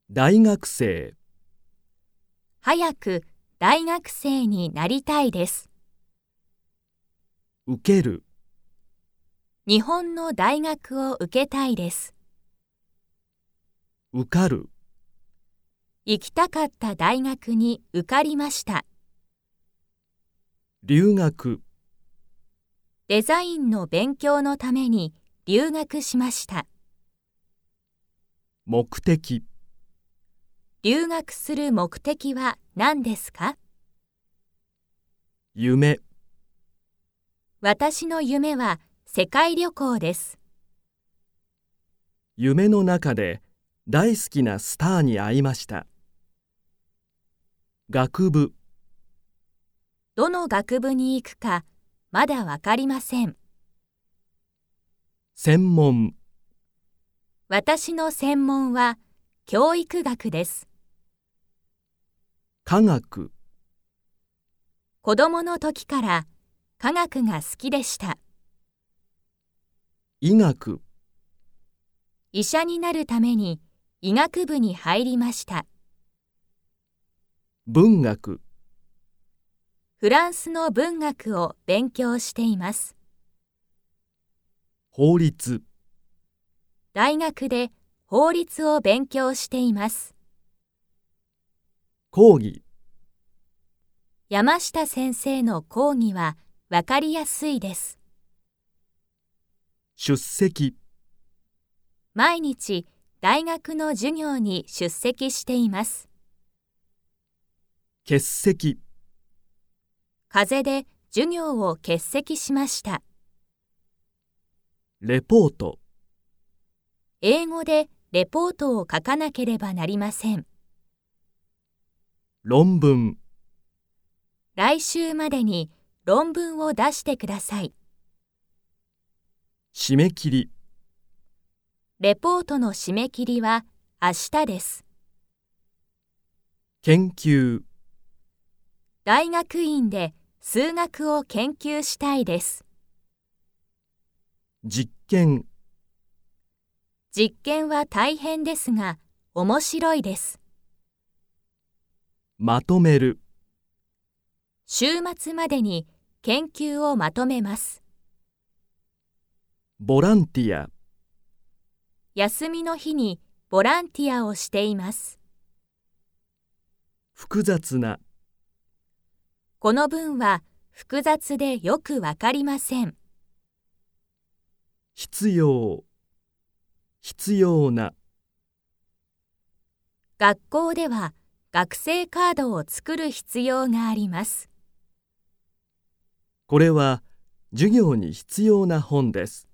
大学生。 早く大学生になりたいです。 受ける。 日本の大学を受けたいです。 受かる。 行きたかった大学に受かりました。 留学。 デザインの勉強のために留学しました。 目的。 留学する目的は何ですか？ 夢。 私の夢は世界旅行です。 夢の中で大好きなスターに会いました。学部。 どの学部に行くかまだわかりません。 専門。 私の専門は教育学です。 科学。 子供の時から科学が好きでした。 医学。 医者になるために医学部に入りました。 文学。 フランスの文学を勉強しています。 法律。 大学で法律を勉強しています。 講義。 山下先生の講義はわかりやすいです。 出席。 毎日大学の授業に出席しています。 欠席。 風邪で授業を欠席しました。 レポート。 英語でレポートを書かなければなりません。 論文。 来週までに論文を出してください。 締め切り。 レポートの締め切りは明日です。 研究。 大学院で数学を研究したいです。 実験。 実験は大変ですが面白いです。 まとめる。 週末までに研究をまとめます。 ボランティア。 休みの日にボランティアをしています。 複雑な。 この文は複雑でよくわかりません。 必要。必要な。 学校では学生カードを作る必要があります。 これは授業に必要な本です。